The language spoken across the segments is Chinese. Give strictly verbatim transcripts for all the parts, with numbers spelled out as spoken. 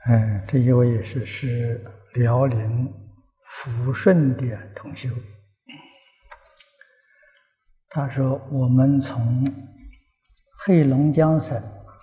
嗯，这一位也是是辽宁抚顺的同修，他说我们从黑龙江省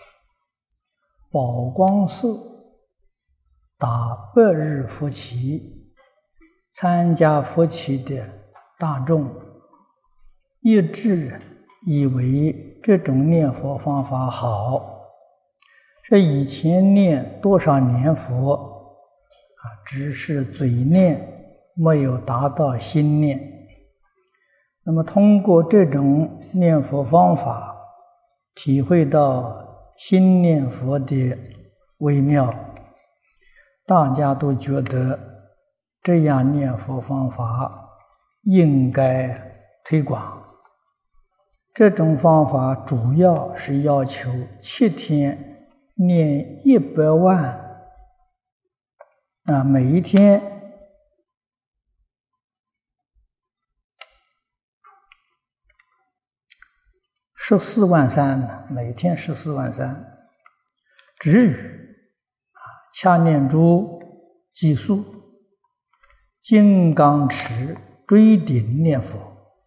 宝光寺打百日佛七，参加佛七的大众一致以为这种念佛方法好，这以前念多少年佛啊，只是嘴念，没有达到心念。那么通过这种念佛方法，体会到心念佛的微妙，大家都觉得这样念佛方法应该推广。这种方法主要是要求七天念一百万啊，每一天十四万三呢，每天十四万三。止语啊，掐念珠计数，金刚持追顶念佛。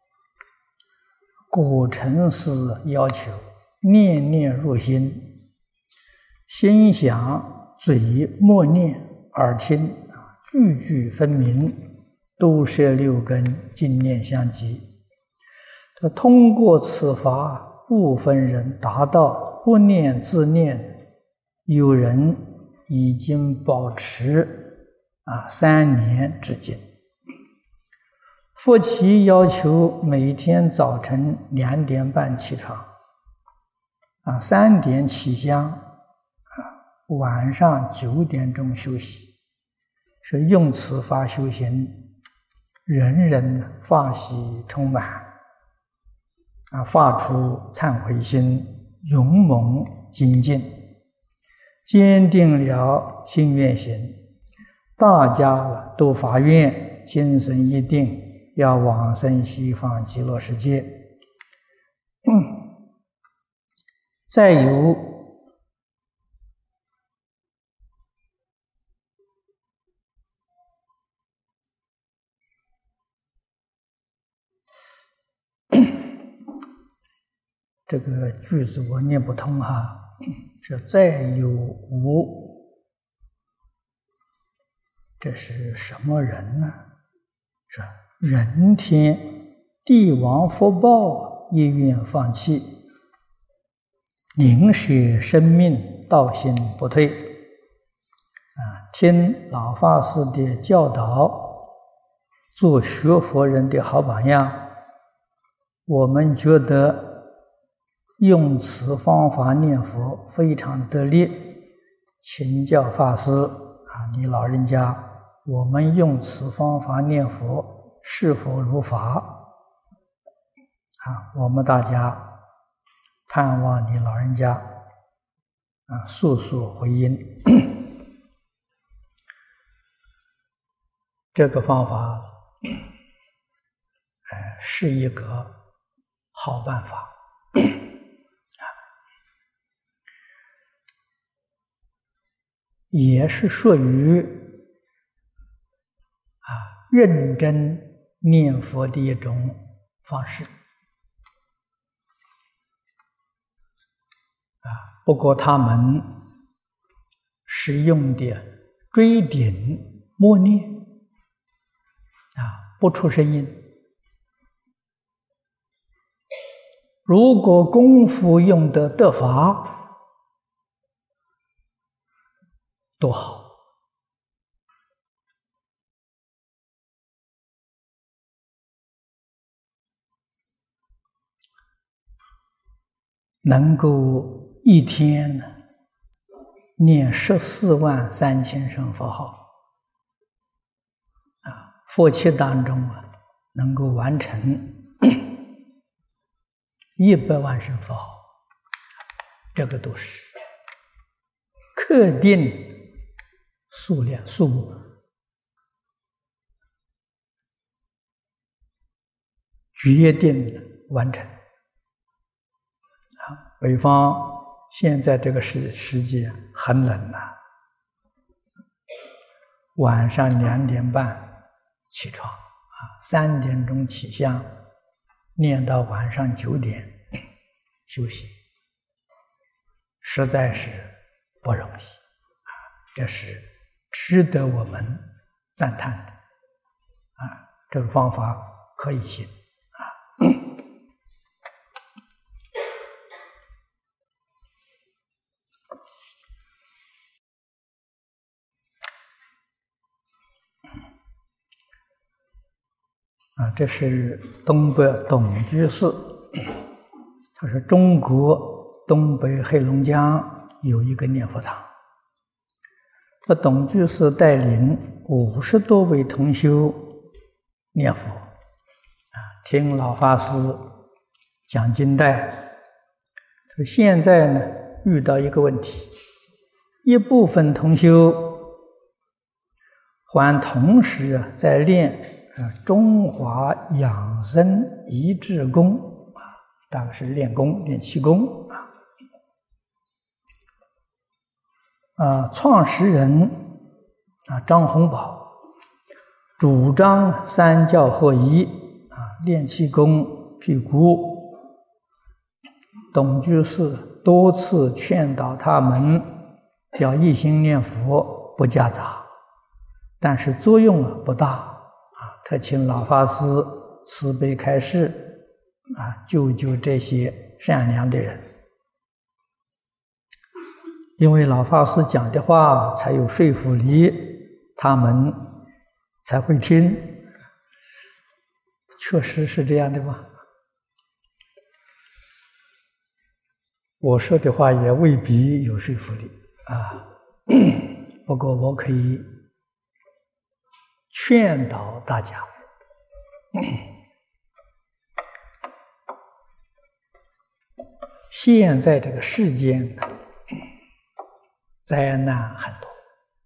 果尘是要求念念入心，心想嘴默念，耳听啊，句句分明，都摄六根，净念相继。他通过此法，部分人达到不念自念，有人已经保持啊三年至今。佛七要求每天早晨两点半起床，啊，三点起香，啊，晚上九点钟休息，是用此法修行，人人法喜充满，啊，发出忏悔心，勇猛精进，坚定了心愿行，大家都发愿，今生一定要往生西方极乐世界。嗯，再有这个句子我念不通哈，是再有无，这是什么人呢？是人天帝王福报意愿放弃，宁舍生命，道心不退啊！听老法师的教导，做学佛人的好榜样。我们觉得用此方法念佛非常得力，请教法师啊，你老人家，我们用此方法念佛是否如法？啊，我们大家盼望你老人家啊速速回应。这个方法，呃，是一个好办法。也是属于啊认真念佛的一种方式啊。不过他们使用的追顶默念啊，不出声音。如果功夫用得得法，多好！能够一天呢念十四万三千声佛号啊，佛七当中啊，能够完成一百万声佛号，这个都是肯定数量数目，决定完成。啊，北方现在这个时时节很冷啊， 晚上两点半起床啊，三点钟起香，念到晚上九点休息，实在是不容易啊，这是值得我们赞叹的啊，这个方法可以行啊。啊，这是东北董居士，他说中国东北黑龙江有一个念佛堂，这董居士带领五十多位同修念佛，啊，听老法师讲经带。他说现在呢遇到一个问题，一部分同修还同时啊在练中华养生仪志功啊，大概是练功练气功啊。啊，创始人啊张洪宝主张三教合一啊，练气功辟谷。董居士多次劝导他们要一心念佛，不夹杂，但是作用不大。特请老法师慈悲开示啊，救救这些善良的人。因为老法师讲的话才有说服力，他们才会听。确实是这样的吗？我说的话也未必有说服力啊，不过我可以劝导大家，现在这个世间灾难很多，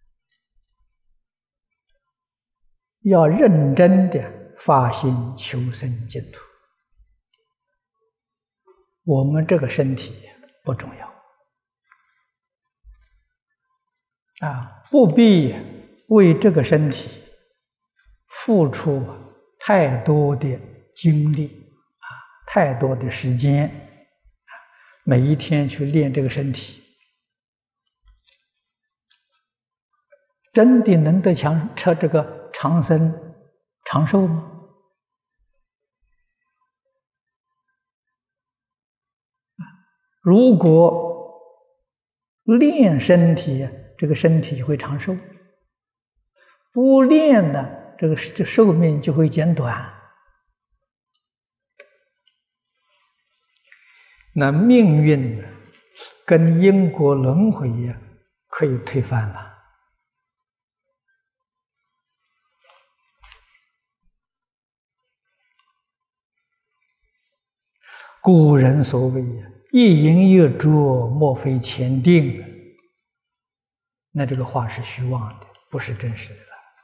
要认真的发心求生净土。我们这个身体不重要啊，不必为这个身体付出太多的精力啊，太多的时间，每一天去练这个身体，真的能得强这这个长生长寿吗？如果练身体，这个身体就会长寿；不练呢，这个这寿命就会减短。那命运呢，跟因果轮回呀，可以推翻了。古人所谓一饮一啄，莫非前定，那这个话是虚妄的，不是真实的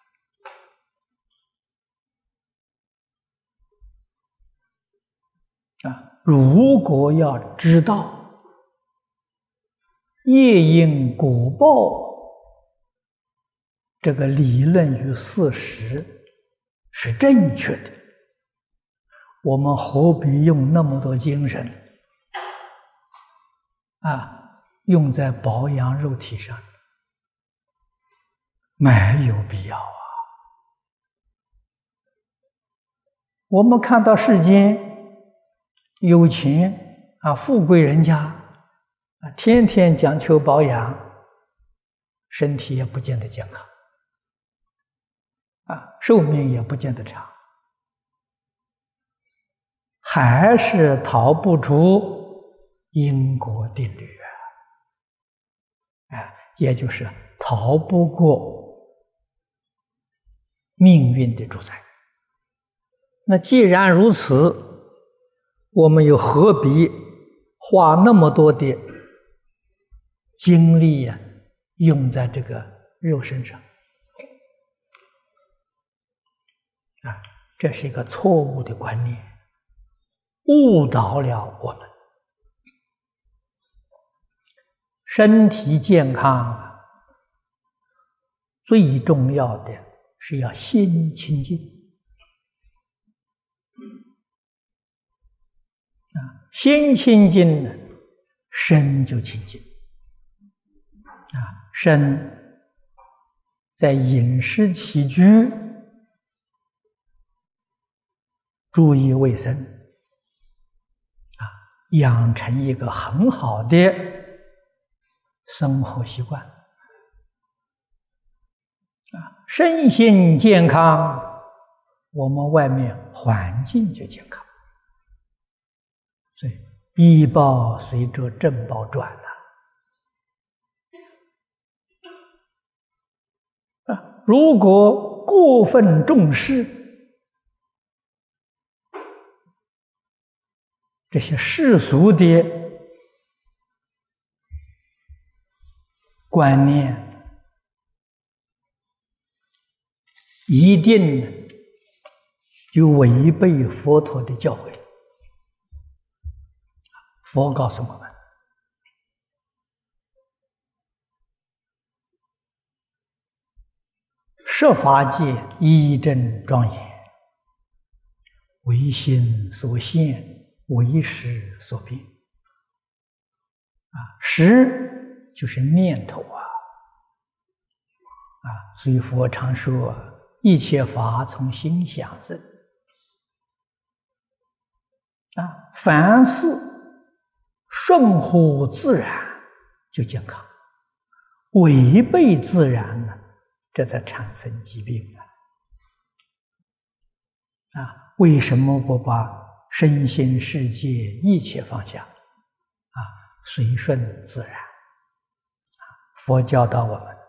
了。啊，如果要知道业因果报这个理论与事实是正确的，我们何必用那么多精神啊，用在保养肉体上？没有必要啊！我们看到世间有钱啊，富贵人家啊，天天讲求保养，身体也不见得健康啊，寿命也不见得长，还是逃不出因果定律啊！啊，也就是逃不过命运的主宰。那既然如此，我们又何必花那么多的精力呀、啊，用在这个肉身上？啊，这是一个错误的观念，误导了我们。身体健康啊， 最重要的是要心清净啊，心清净呢，身就清净啊，身在饮食起居注意卫生啊，养成一个很好的生活习惯啊，身心健康，我们外面环境就健康。所以医报随着正报转了啊！如果过分重视这些世俗的观念，一定就违背佛陀的教诲。佛告诉我们，十法界一真庄严，唯心所现，唯识所变。啊，识就是念头啊，啊，所以佛常说，一切法从心想生。啊，凡事顺乎自然就健康，违背自然呢，这才产生疾病啊！啊，为什么不把身心世界一切放下？啊，随顺自然。啊，佛教导我们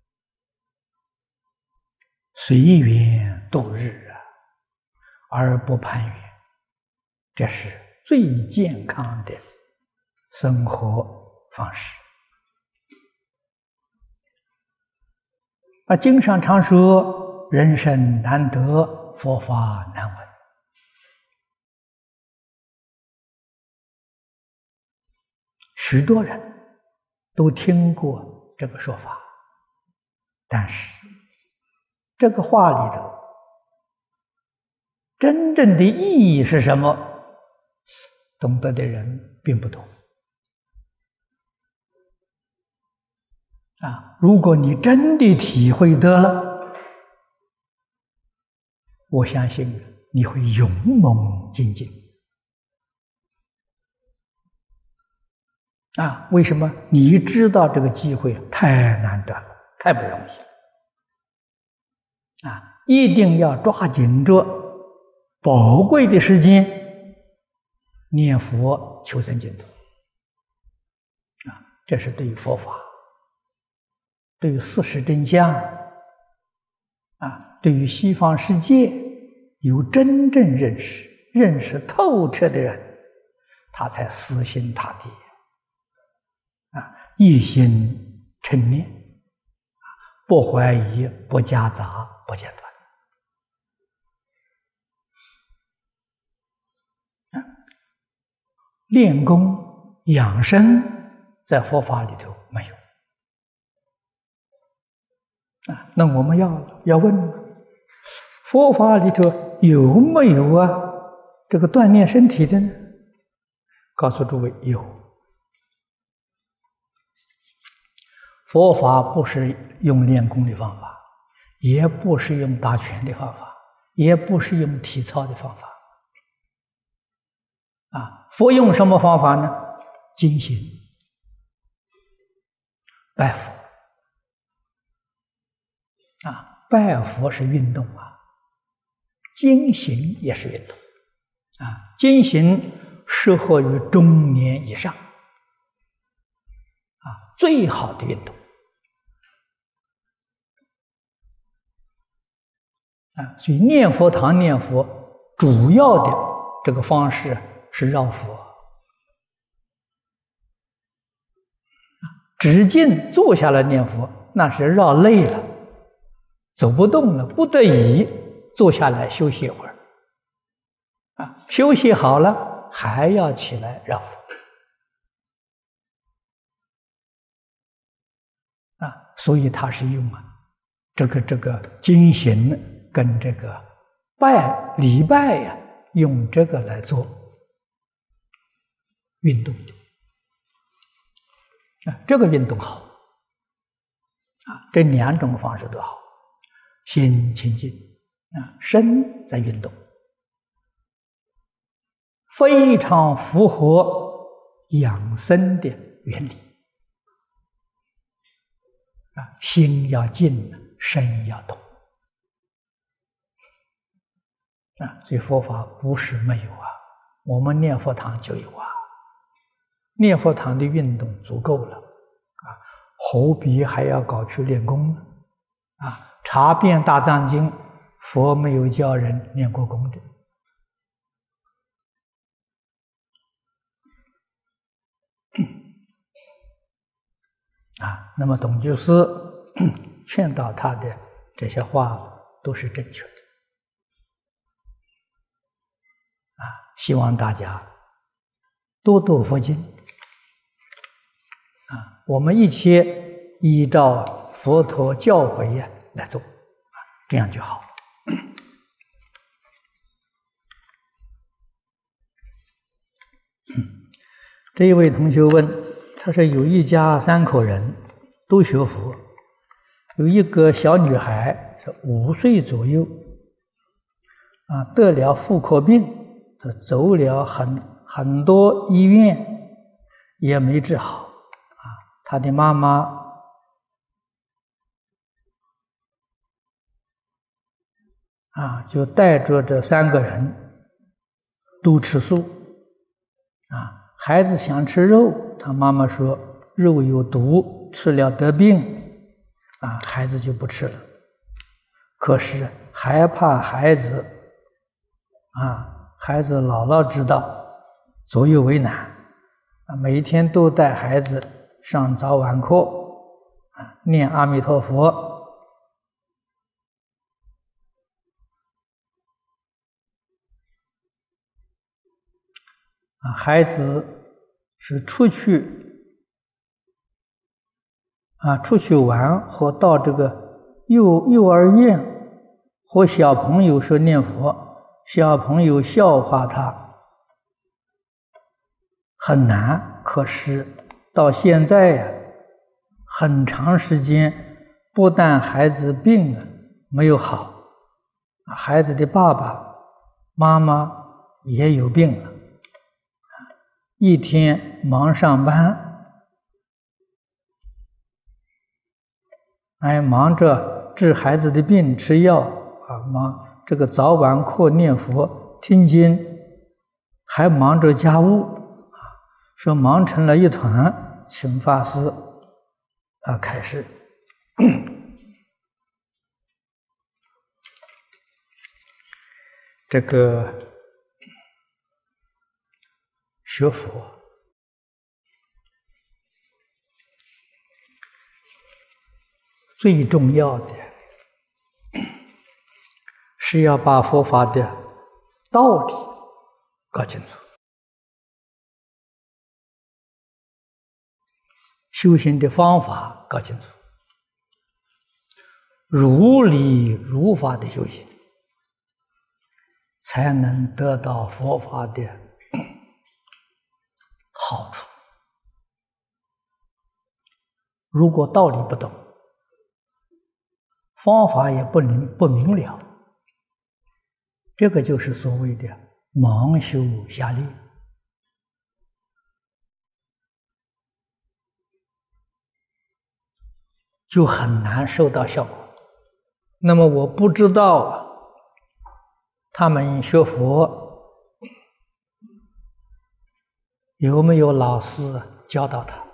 随缘度日啊，而不攀缘，这是最健康的生活方式啊！经上常说，人生难得，佛法难闻。许多人都听过这个说法，但是这个话里头真正的意义是什么？懂得的人并不多。啊，如果你真的体会得了，我相信你会勇猛精进。啊，为什么？你知道这个机会太难得了，太不容易了。啊，一定要抓紧着宝贵的时间念佛求生净土。啊，这是对于佛法，对于事实真相，啊，对于西方世界有真正认识、认识透彻的人，他才死心塌地，啊，一心称念，不怀疑、不夹杂、不间断。啊，练功养生在佛法里头没有。啊，那我们要要问，佛法里头有没有啊这个锻炼身体的呢？告诉诸位，有。佛法不是用练功的方法，也不是用打拳的方法，也不是用体操的方法。啊，佛用什么方法呢？精行、拜佛。啊，拜佛是运动啊，精行也是运动啊。精行适合于中年以上啊，最好的运动啊。所以念佛堂念佛主要的这个方式是绕佛，只尽坐下来念佛，那是绕累了。走不动了，不得已坐下来休息一会儿，啊，休息好了还要起来绕佛，啊，所以他是用啊这这个这个经行跟这个拜礼拜呀，用这个来做运动啊，这个运动好啊，这两种方式都好，心清净啊，身在运动，非常符合养生的原理啊，心要静，身要动啊，所以佛法不是没有啊，我们念佛堂就有啊，念佛堂的运动足够了啊，何必还要搞去练功呢？啊，查遍大藏经，佛没有教人练过功的。啊，那么董居士劝导他的这些话都是正确的啊！希望大家多读佛经啊，我们一起依照佛陀教诲呀来做啊，这样就好。这一位同学问，他说有一家三口人都学佛，有一个小女孩是五岁左右啊，得了妇科病，走了很很多医院也没治好啊，她的妈妈啊就带着这三个人都吃素啊。孩子想吃肉，他妈妈说肉有毒，吃了得病，啊，孩子就不吃了。可是害怕孩子，啊，孩子姥姥知道，左右为难，啊，每天都带孩子上早晚课，啊，念阿弥陀佛，啊，孩子是出去啊，出去玩或到这个幼幼儿园和小朋友说念佛，小朋友笑话他很难。可是到现在呀，很长时间，不但孩子病了没有好，孩子的爸爸妈妈也有病了。一天忙上班，哎，忙着治孩子的病、吃药啊，忙这个早晚课念佛、听经，还忙着家务啊，说忙成了一团，请法师啊开示。这个学佛最重要的是要把佛法的道理搞清楚，修行的方法搞清楚，如理如法的修行，才能得到佛法的好处。如果道理不懂，方法也不明不明了，这个就是所谓的盲修瞎练，就很难收到效果。那么我不知道啊，他们学佛有没有老师教导他？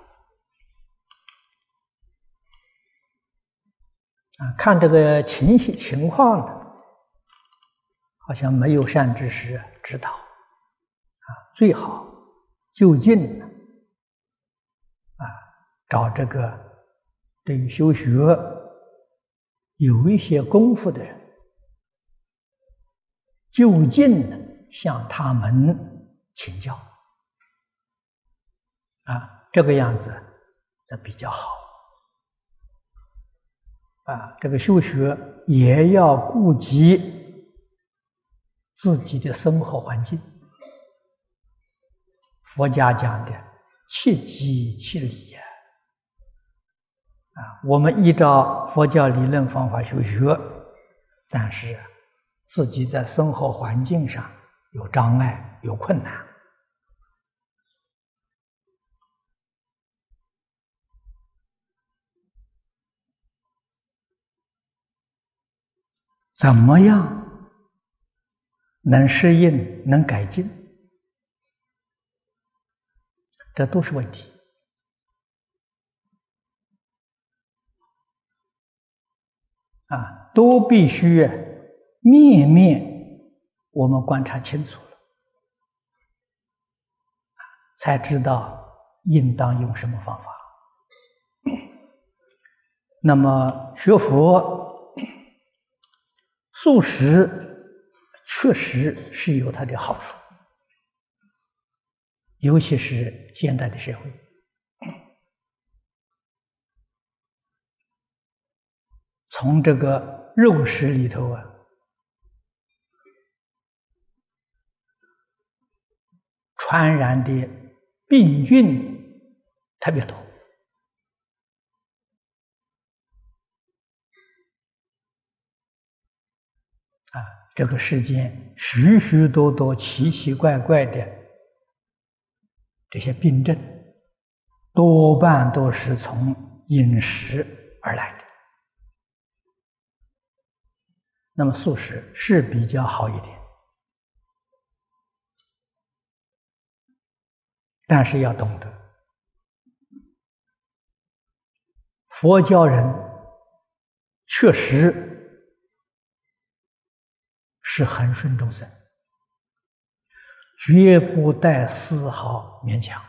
啊，看这个情形情况呢，好像没有善知识指导啊，最好就近呢啊，找这个对于修学有一些功夫的人，就近呢向他们请教啊，这个样子这比较好。 啊，这个修学也要顾及自己的生活环境。佛家讲的切机切理呀，啊，我们依照佛教理论方法修学，但是自己在生活环境上有障碍、有困难，怎么样能适应、能改进？这都是问题啊，都必须面面我们观察清楚了，才知道应当用什么方法。那么学佛素食确实是有它的好处，尤其是现代的社会，从这个肉食里头啊，传染的病菌特别多啊，这个世间许许多多奇奇怪怪的这些病症，多半都是从饮食而来的。那么素食是比较好一点，但是要懂得，佛教人确实是恒顺众生，绝不带丝毫勉强。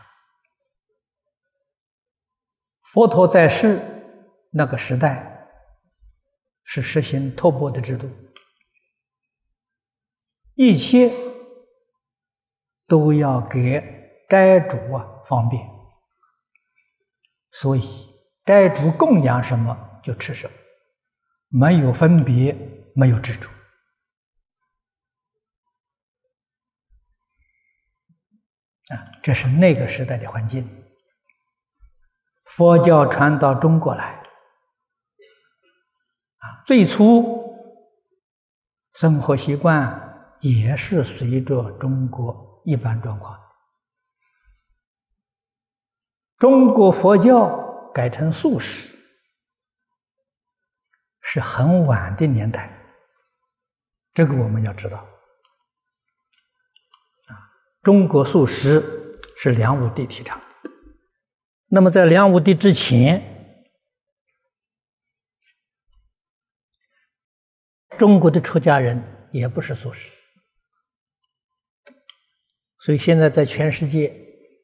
佛陀在世那个时代是实行托钵的制度，一切都要给斋主啊方便，所以斋主供养什么就吃什么，没有分别，没有执着。啊，这是那个时代的环境。佛教传到中国来，啊，最初生活习惯也是随着中国一般状况。中国佛教改成素食是很晚的年代，这个我们要知道。中国素食是梁武帝提倡的。那么在梁武帝之前，中国的出家人也不是素食，所以现在在全世界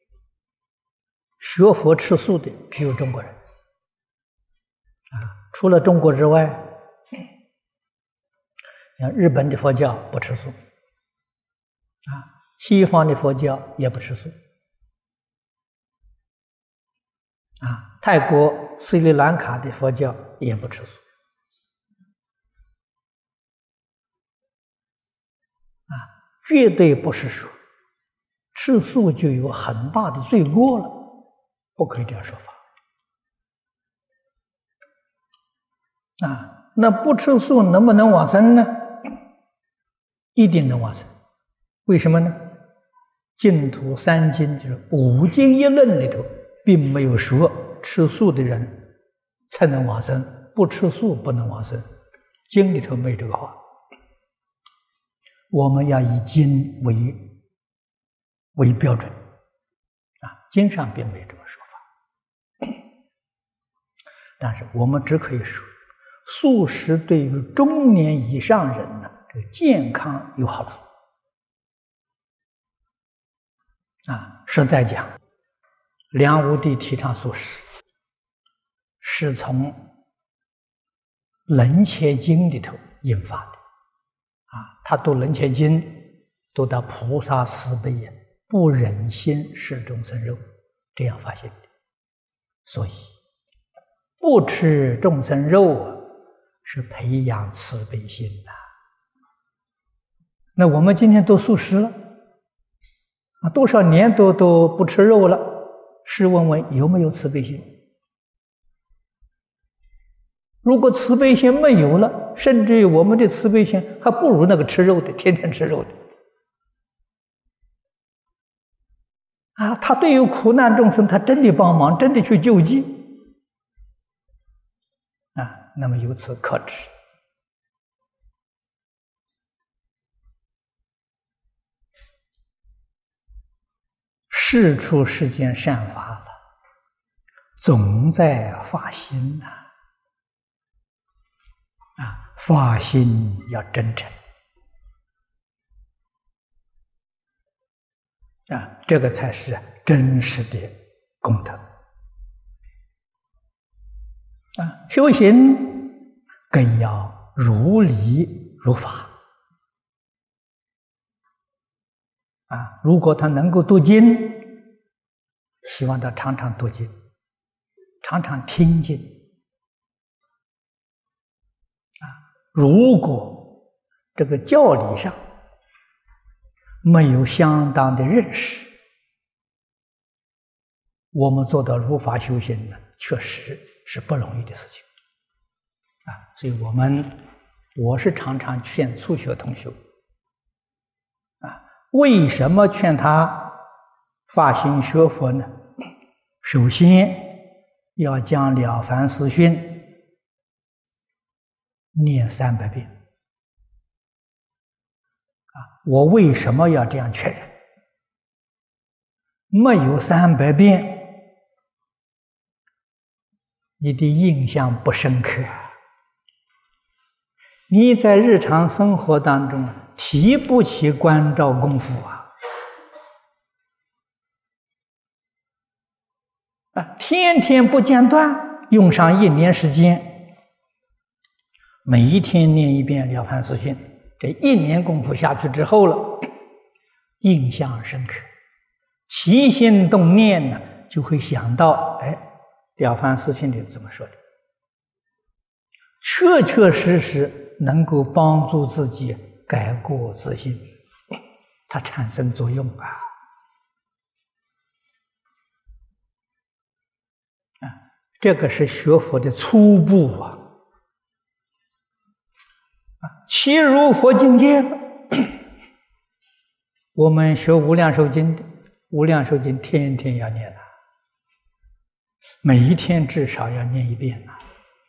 学佛吃素的只有中国人啊，除了中国之外，像日本的佛教不吃素啊，西方的佛教也不吃素啊，泰国斯里兰卡的佛教也不吃素啊，绝对不是说吃素就有很大的罪过了，不可以这样说法啊。那不吃素能不能往生呢？一定能往生。为什么呢？净土三经就是五经一论里头并没有说吃素的人才能往生，不吃素不能往生，经里头没有这个话。我们要以经为为标准啊，经上并没有这么说法。但是我们只可以说，素食对于中年以上人呢，这个健康有好处啊。实在讲，梁武帝提倡素食，是从《楞伽经》里头引发的啊。他读《楞伽经》，读到菩萨慈悲呀，不忍心食众生肉，这样发现的。所以不吃众生肉啊， 是培养慈悲心呐。那我们今天都素食了啊，多少年都都不吃肉了，试问问有没有慈悲心？如果慈悲心没有了，甚至于我们的慈悲心还不如那个吃肉的，天天吃肉的啊！他对于苦难众生，他真的帮忙，真的去救济啊，那么由此可知，事出世间善法了，总在发心呐。啊，发心要真诚啊，这个才是真实的功德啊。修行更要如理如法啊。如果他能够读经，希望他常常读经，常常听经。如果这个教理上没有相当的认识，我们做到如法修行呢，确实是不容易的事情啊。所以我们我是常常劝初学同学啊，为什么劝他发心学佛呢？首先要将《了凡四训》念三百遍啊！我为什么要这样劝人？没有三百遍，你的印象不深刻，你在日常生活当中提不起关照功夫啊！啊，天天不间断，用上一年时间。每一天念一遍《了凡四训》，这一年功夫下去之后了，印象深刻，起心动念呢，就会想到，哎，《了凡四训》里怎么说的？确确实实能够帮助自己改过自新，它产生作用啊！啊，这个是学佛的初步啊。其如佛境界了，我们学无量寿经的，无量寿经天天要念啊，每一天至少要念一遍啊。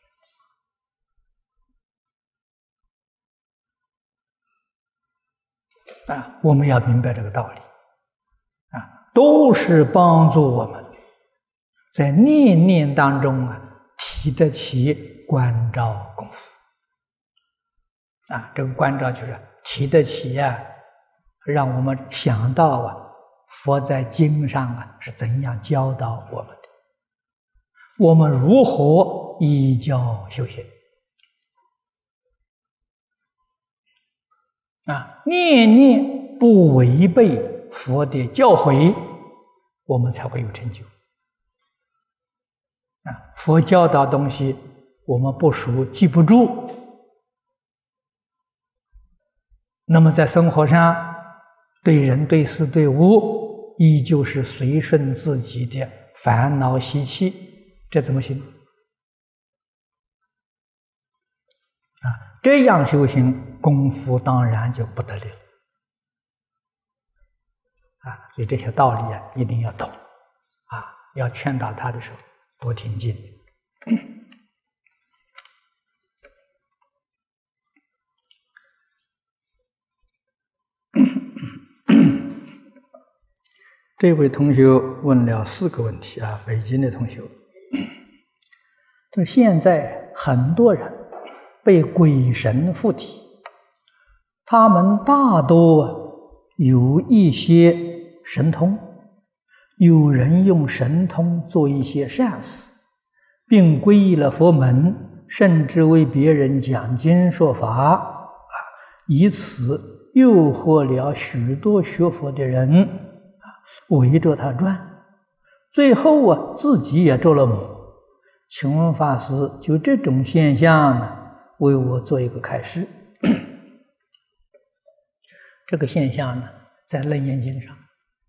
啊，我们要明白这个道理啊，都是帮助我们在念念当中啊，提得起关照功夫。啊，这个关照就是提得起啊，让我们想到啊，佛在经上啊是怎样教导我们的，我们如何依教修行啊，念念不违背佛的教诲，我们才会有成就啊。佛教导东西我们不熟记不住，那么在生活上，对人对事对物，依旧是随顺自己的烦恼习气，这怎么行啊？这样修行功夫当然就不得了啊！所以这些道理啊，一定要懂啊！要劝导他的时候，多听经。这位同学问了四个问题啊，北京的同学，就现在很多人被鬼神附体，他们大多有一些神通，有人用神通做一些善事，并皈依了佛门，甚至为别人讲经说法啊，以此诱惑了许多学佛的人围着他转，最后啊，自己也着了魔。请问法师，就这种现象呢， 为我做一个开示。这个现象呢，在《楞严经》上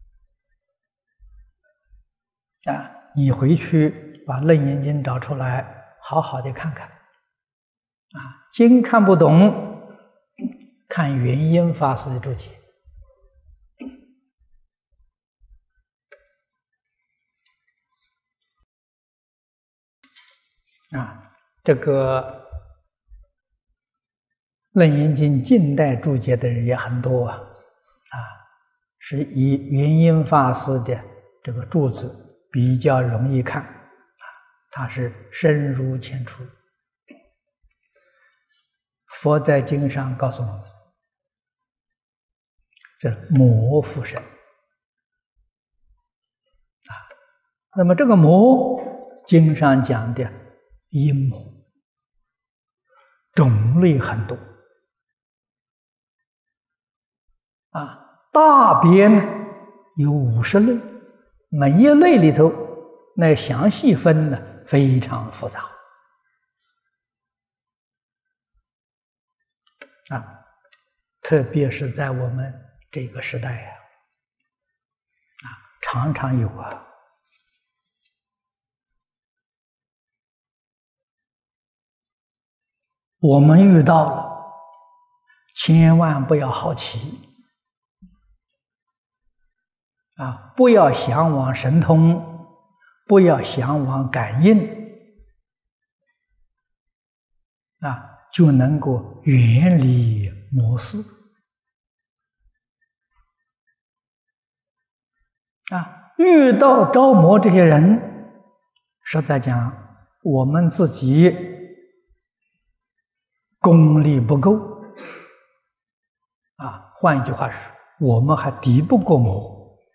啊，你回去把《楞严经》找出来，好好的看看啊。经看不懂，看元音法师的注解啊。这个《楞严经》近代注解的人也很多啊，啊，是以元音法师的这个注子比较容易看啊，他是深入浅出。佛在经上告诉我们，这魔附身啊，那么这个魔，经上讲的阴魔种类很多啊，大别呢有五十类，每一类里头那详细分呢非常复杂啊，特别是在我们这个时代呀，啊，常常有啊，我们遇到了，千万不要好奇啊，不要向往神通，不要向往感应啊，就能够远离魔事啊。遇到招魔这些人，实在讲，我们自己功力不够啊，换一句话说，我们还敌不过魔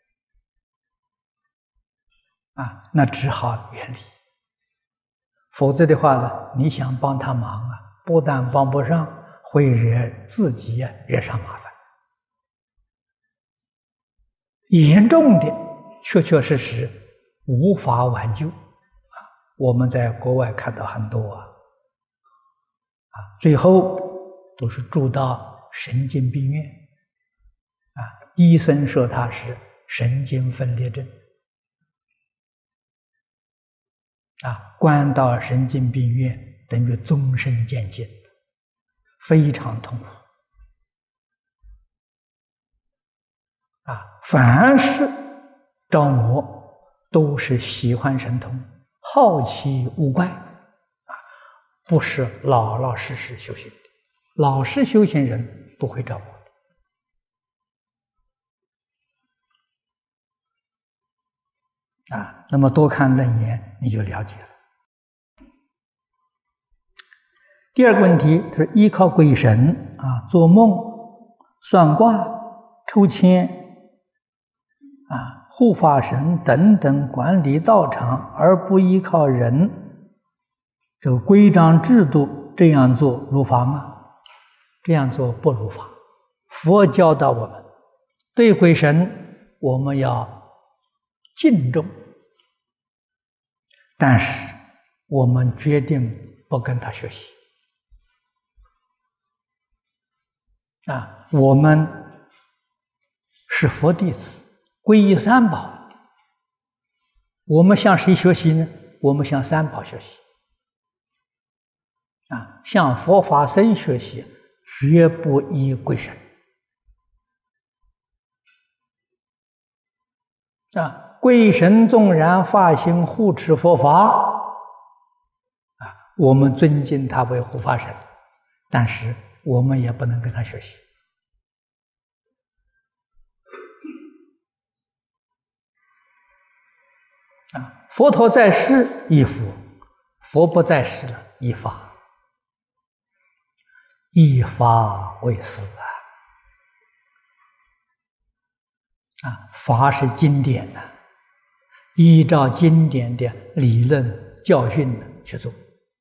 啊，那只好远离。否则的话呢，你想帮他忙啊，不但帮不上，会惹自己啊惹上麻烦。严重的，确确实实无法挽救啊。我们在国外看到很多啊，啊，最后都是住到神经病院啊，医生说他是神经分裂症啊，关到神经病院等于终身监禁，非常痛苦啊！凡是招魔都是喜欢神通，好奇物怪啊，不是老老实实修行的。老实修行人不会招魔的啊。那么多看楞严，你就了解了。第二个问题，他说依靠鬼神啊，做梦、算卦、抽签啊、护法神等等管理道场，而不依靠人，这个规章制度这样做如法吗？这样做不如法。佛教导我们，对鬼神我们要敬重，但是我们决定不跟他学习啊！我们是佛弟子，皈依三宝，我们向谁学习呢？我们向三宝学习啊，向佛法僧学习，绝不依鬼神啊！鬼神纵然发心护持佛法啊，我们尊敬他为护法神，但是我们也不能跟他学习啊！佛陀在世依佛，佛不在世了依法，依法为师啊！啊，法是经典的，依照经典的理论教训去做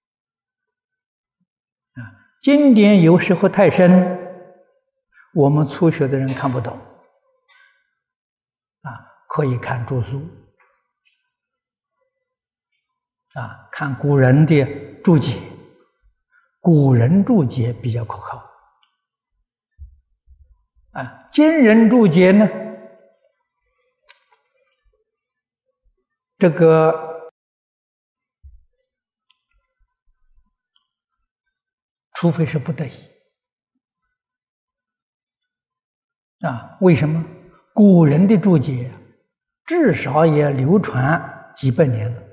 啊。经典有时候太深，我们初学的人看不懂啊，可以看注疏啊，看古人的注解， 古人注解比较可靠。啊，今人注解呢，这个除非是不得已啊。为什么？古人的注解至少也流传几百年了。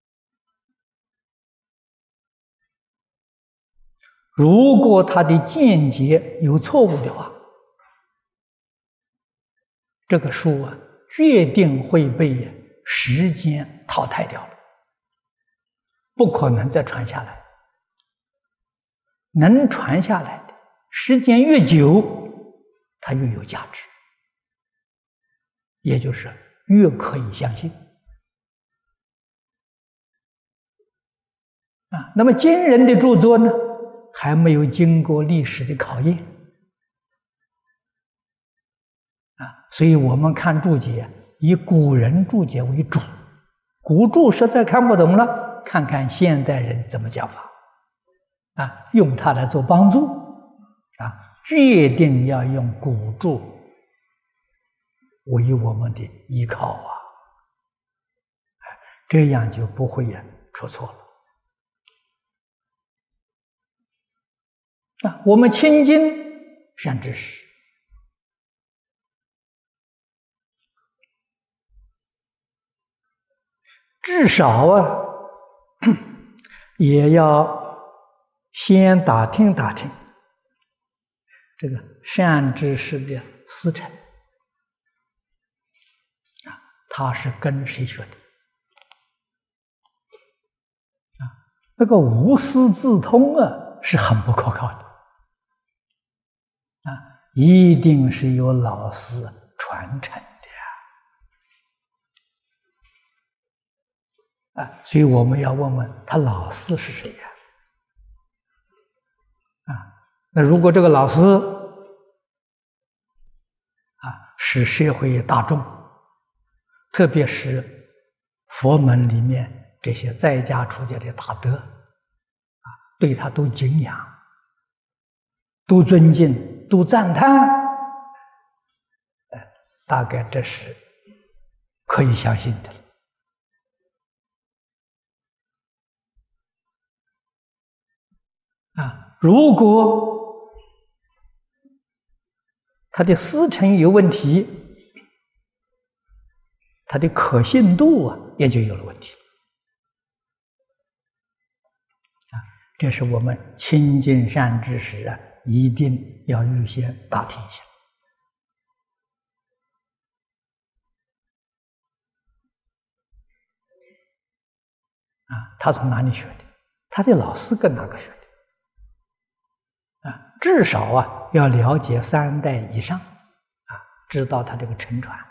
如果他的见解有错误的话，这个书啊，决定会被时间淘汰掉了，不可能再传下来。能传下来的，时间越久，它越有价值，也就是越可以相信。啊，那么今人的著作呢，还没有经过历史的考验。啊，所以我们看注解，以古人注解为主，古注实在看不懂了，看看现代人怎么讲法，啊，用它来做帮助，啊，决定要用古注为我们的依靠啊，这样就不会呀出错了。啊，我们亲近善知识，至少啊，也要先打听打听这个善知识的师承啊，他是跟谁学的啊？那个无师自通啊，是很不可靠的啊，一定是有老师传承。啊，所以我们要问问他老师是谁呀？啊，那如果这个老师啊是社会大众，特别是佛门里面这些在家出家的大德啊，对他都敬仰、都尊敬、都赞叹，哎，大概这是可以相信的了。啊，如果他的师承有问题，他的可信度啊也就有了问题。啊，这是我们亲近善知识啊，一定要预先打听一下。啊，他从哪里学的？他的老师跟哪个学的？啊，至少啊要了解三代以上，啊，知道他这个承传，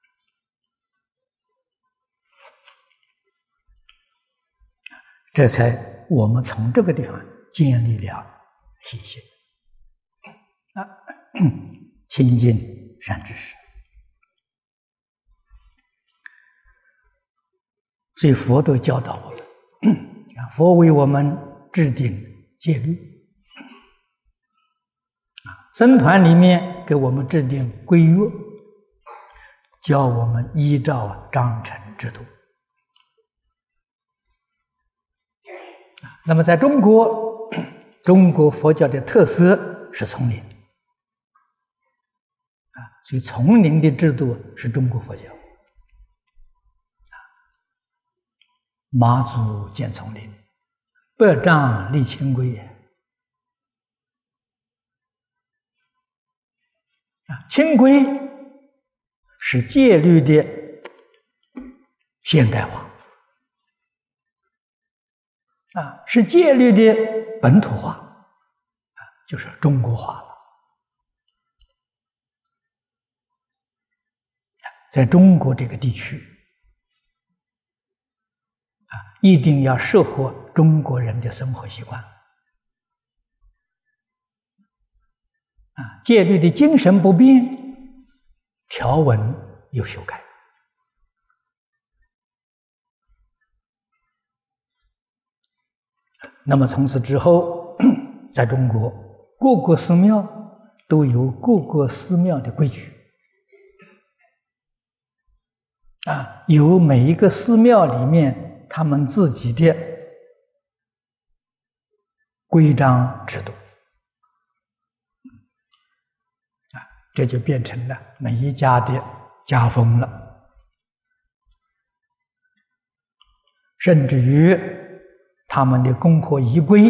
这才我们从这个地方建立了信心啊，亲近善知识。所以佛都教导我们，佛为我们制定戒律。僧团里面给我们制定规约，教我们依照章程制度。那么在中国，中国佛教的特色是丛林啊，所以丛林的制度是中国佛教。马祖建丛林，百丈立清规啊，清规是戒律的现代化啊，是戒律的本土化啊，就是中国化了。在中国这个地区啊，一定要适合中国人的生活习惯啊，戒律的精神不变，条文有修改。那么从此之后， 在中国各个寺庙都有各个寺庙的规矩啊，有每一个寺庙里面他们自己的规章制度啊，这就变成了每一家的家风了。甚至于他们的功课仪规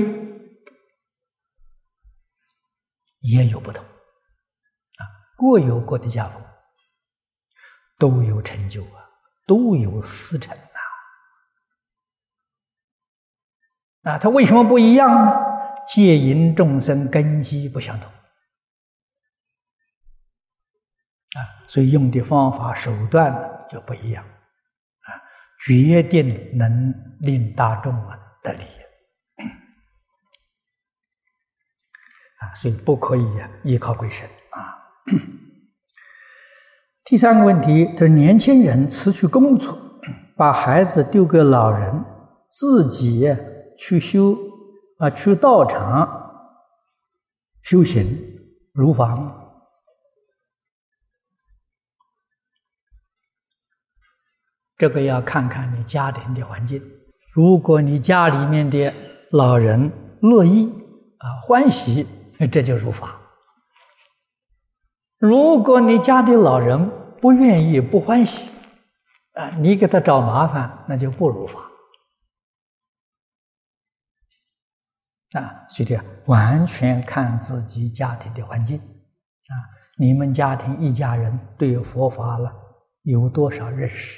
也有不同啊，各有各的家风，都有成就啊，都有师承呐。啊，它为什么不一样呢？戒淫众生根基不相同啊，所以用的方法手段呢就不一样啊，决定能令大众啊得利啊，所以不可以啊依靠鬼神啊。第三个问题，就是年轻人辞去工作，把孩子丢给老人，自己去修啊去道场修行，如法吗？这个要看看你家庭的环境。如果你家里面的老人乐意啊欢喜，这就如法。如果你家的老人不愿意不欢喜啊，你给他找麻烦，那就不如法啊。所以这完全看自己家庭的环境啊。你们家庭一家人对佛法了有多少认识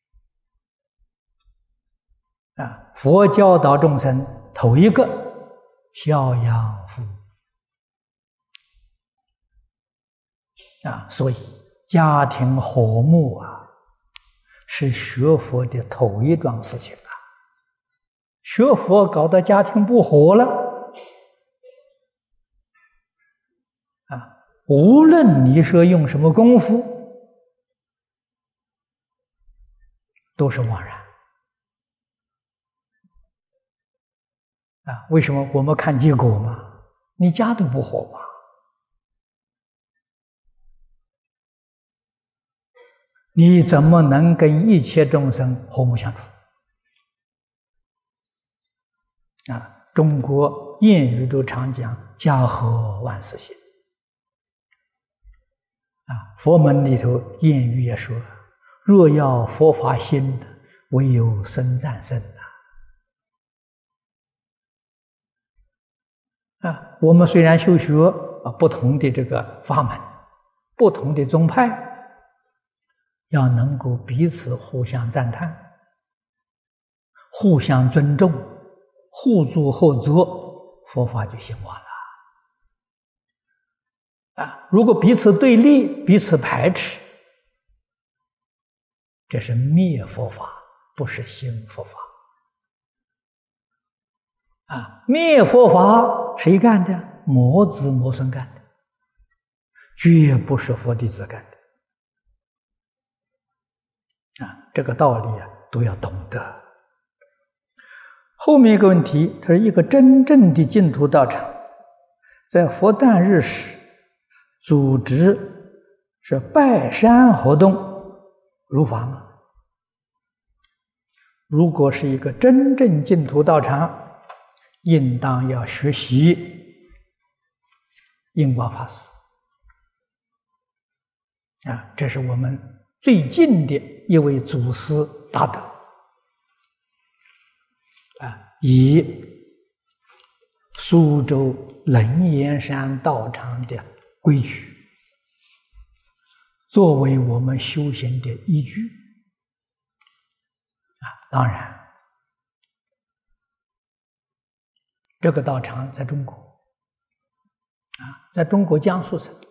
啊？佛教导众生，头一个孝养父啊，所以家庭和睦啊，是学佛的头一桩事情啊。学佛搞得家庭不和了啊，无论你说用什么功夫，都是枉然啊。为什么？我们看结果嘛，你家都不和嘛。你怎么能跟一切众生和睦相处啊？中国谚语都常讲家和万事兴啊。佛门里头谚语也说，若要佛法兴，唯有僧赞僧啊。啊，我们虽然修学啊不同的这个法门，不同的宗派，要能够彼此互相赞叹，互相尊重，互助合作，佛法就兴旺了啊。如果彼此对立，彼此排斥，这是灭佛法，不是兴佛法啊。灭佛法谁干的？魔子魔孙干的，绝不是佛弟子干的啊，这个道理啊都要懂得。后面一个问题，它是一个真正的净土道场，在佛诞日时组织是拜山活动，如法吗？如果是一个真正净土道场，应当要学习印光法师啊，这是我们最近的一位祖师大德啊，以苏州楞严山道场的规矩作为我们修行的依据啊。当然，这个道场在中国啊，在中国江苏省，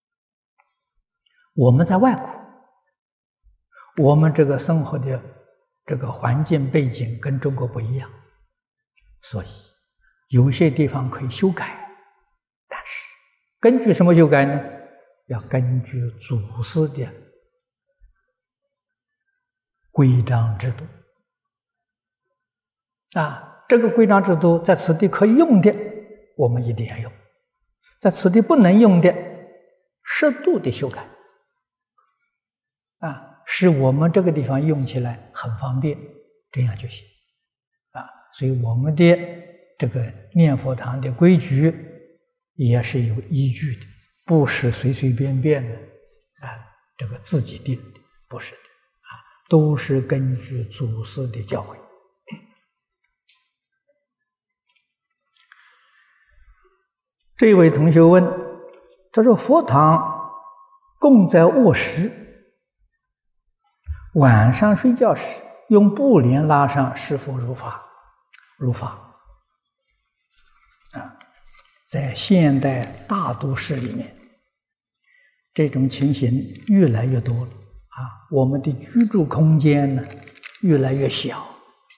我们在外国。我们这个生活的这个环境背景跟中国不一样，所以有些地方可以修改，但是根据什么修改呢？要根据祖师的规章制度啊。这个规章制度在此地可以用的， 我们一定要用；在此地不能用的，适度的修改，啊，使我们这个地方用起来很方便，这样就行，啊，所以我们的这个念佛堂的规矩也是有依据的，不是随随便便的，啊，这个自己定的，不是的，啊，都是根据祖师的教诲。这位同学问，他说佛堂供在卧室，晚上睡觉时用布帘拉上，是否如法？如法啊，在现代大都市里面，这种情形越来越多了啊，我们的居住空间呢越来越小啊，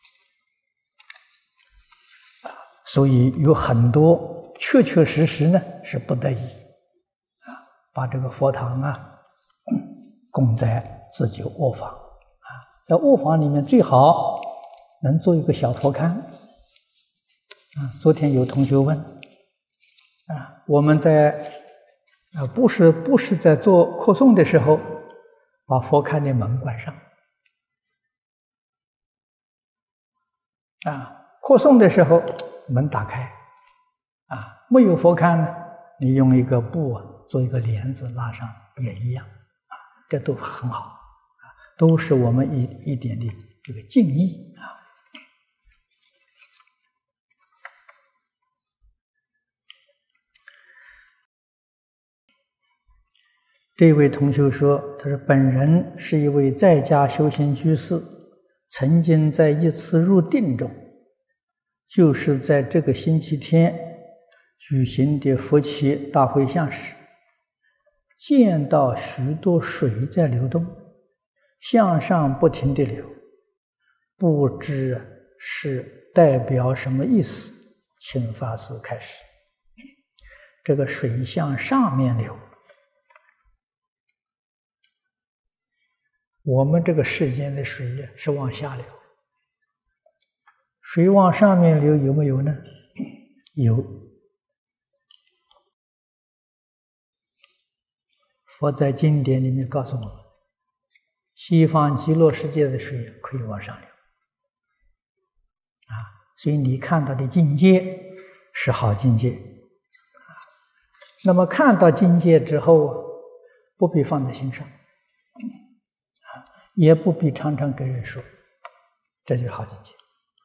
所以有很多确确实实呢是不得已啊，把这个佛堂啊供在自己卧房啊，在卧房里面最好能做一个小佛龛啊。昨天有同学问啊，我们在啊不是不是在做课诵的时候，把佛龛的门关上啊，课诵的时候门打开啊，没有佛龛呢，你用一个布啊做一个帘子拉上也一样啊，这都很好啊，都是我们一一点的这个敬意啊。这位同学说，他说本人是一位在家修行居士，曾经在一次入定中，就是在这个星期天举行的佛七大会相时，见到许多水在流动，向上不停地流，不知是代表什么意思，请法师开始。这个水向上面流，我们这个世间的水是往下流，水往上面流有没有呢？有。佛在经典里面告诉我们，西方极乐世界的水可以往上流啊，所以你看到的境界是好境界啊。那么看到境界之后，不必放在心上。也不必常常跟人说，这就是好境界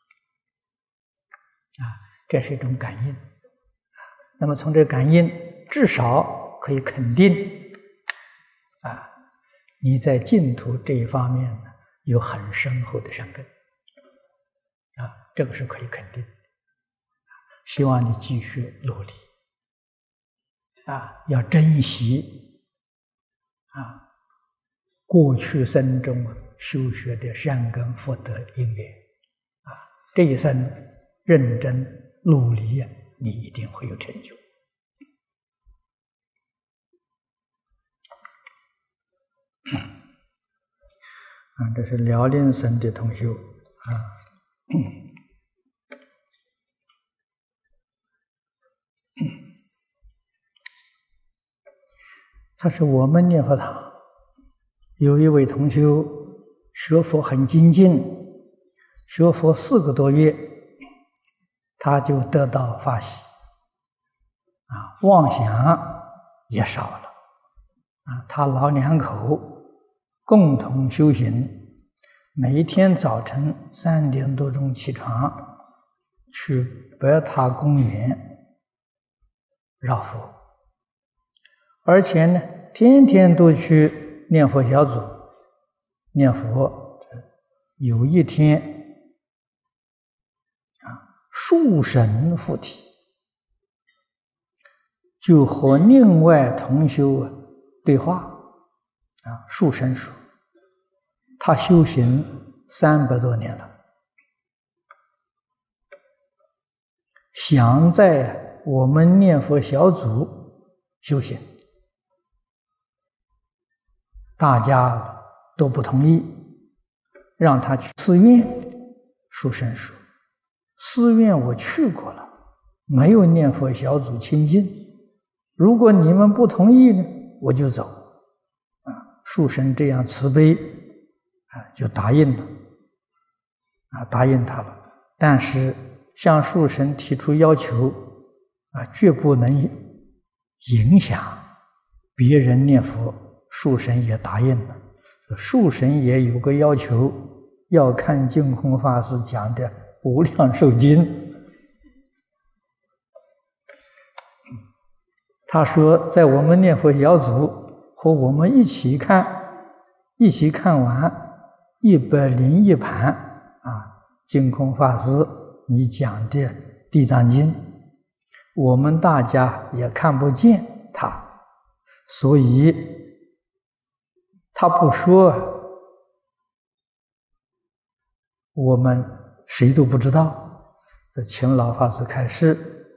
啊！这是一种感应啊。那么从这个感应，至少可以肯定啊，你在净土这一方面呢有很深厚的善根啊，这个是可以肯定的。希望你继续努力啊，要珍惜啊。过去生中修学的善根福德因缘啊，这一生认真努力啊，你一定会有成就。啊，这是辽宁省的同修啊，他是我们念佛堂有一位同修学佛很精进，学佛四个多月，他就得到法喜，啊，妄想也少了，啊，他老两口共同修行，每一天早晨三点多钟起床，去白塔公园绕佛，而且呢，天天都去念佛小组念佛，有一天啊，数神附体，就和另外同修对话啊，数神说他修行三百多年了，想在我们念佛小组修行，大家都不同意，让他去寺院。书生说：“寺院我去过了， 没有念佛小组清净。如果你们不同意呢，我就走。啊，树神这样慈悲，啊，就答应了，啊，答应他了。但是向树神提出要求，啊，绝不能影响别人念佛。树神也答应了。树神也有个要求，要看净空法师讲的《无量寿经》。他说，在我们念佛小组和我们一起看，一起看完一百零一盘啊，净空法师你讲的《地藏经》，我们大家也看不见他，所以他不说，我们谁都不知道。这请老法师开示，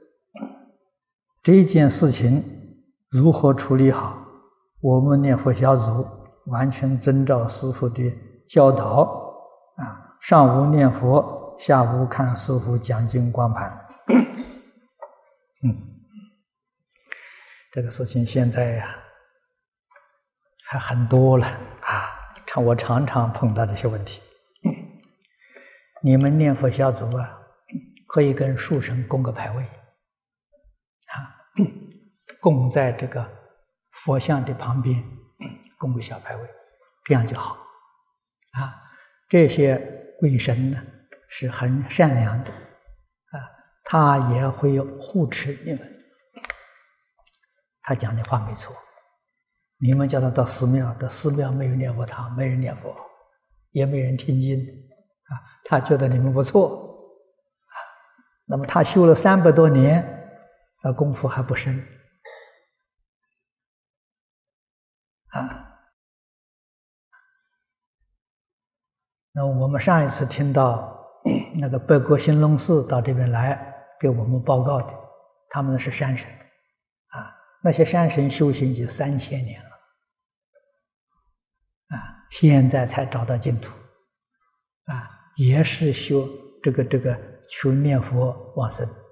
这件事情如何处理好？我们念佛小组完全遵照师父的教导啊，上午念佛，下午看师父讲经光盘。嗯，这个事情现在呀、啊、还很多了啊，常我常常碰到这些问题。你们念佛小组啊，可以跟树神供个牌位啊，供在这个佛像的旁边，供个小牌位，这样就好啊。这些鬼神呢是很善良的啊，他也会护持你们。他讲的话没错，你们叫他到寺庙，到寺庙没有念佛堂，没人念佛，也没人听经啊，他觉得你们不错啊。那么他修了三百多年，啊，功夫还不深啊。那我们上一次听到那个北国兴隆寺到这边来给我们报告的，他们是山神啊，那些山神修行已经三千年了啊，现在才找到净土啊，也是修这个这个求念佛往生啊，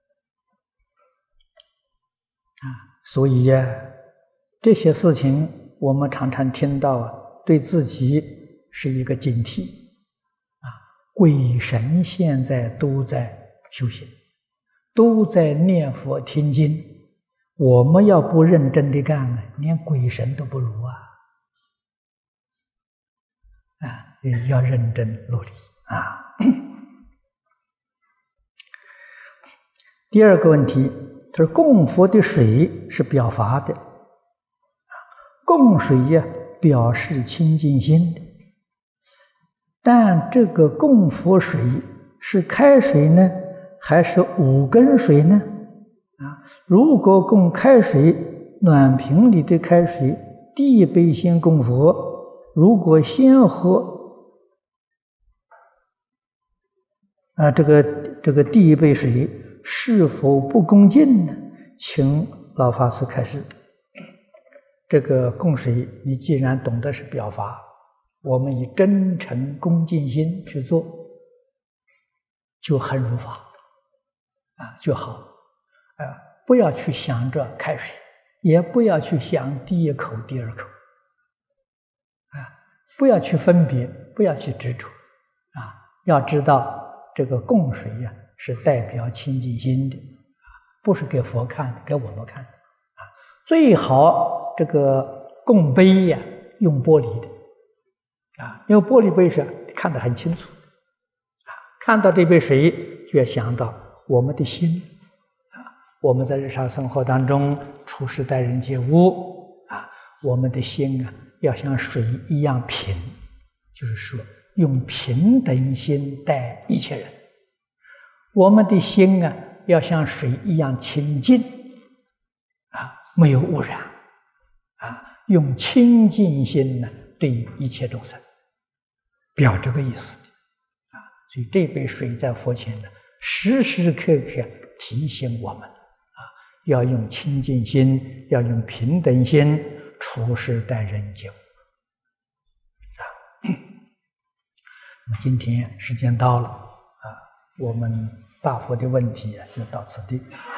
所以呀，这些事情我们常常听到，对自己是一个警惕啊！鬼神现在都在修行，都在念佛听经，我们要不认真的干呢，连鬼神都不如啊！啊，要认真努力啊！第二个问题，他说供佛的水是表法的，供水呀，表示清净心的。但这个供佛水是开水呢，还是五根水呢？啊，如果供开水，暖瓶里的开水，第一杯先供佛，如果先喝啊，这个这个第一杯水是否不恭敬呢？请老法师开示。这个供水，你既然懂得是表法，我们以真诚恭敬心去做，就很如法啊，就好啊！不要去想着开水，也不要去想第一口、第二口啊，不要去分别，不要去执着啊！要知道这个供水呀、啊，是代表清净心的啊，不是给佛看的，给我们看的啊。最好这个供杯呀、啊，用玻璃的。啊，用玻璃杯上看得很清楚，啊，看到这杯水就要想到我们的心，啊，我们在日常生活当中处事待人接物，啊，我们的心啊要像水一样平，就是说用平等心待一切人。我们的心啊要像水一样清净，啊，没有污染，啊，用清净心呢对一切众生。表这个意思的啊，所以这杯水在佛前呢，时时刻刻提醒我们啊，要用清净心，要用平等心处事待人接物啊。那么今天时间到了啊，我们大佛的问题啊，就到此地。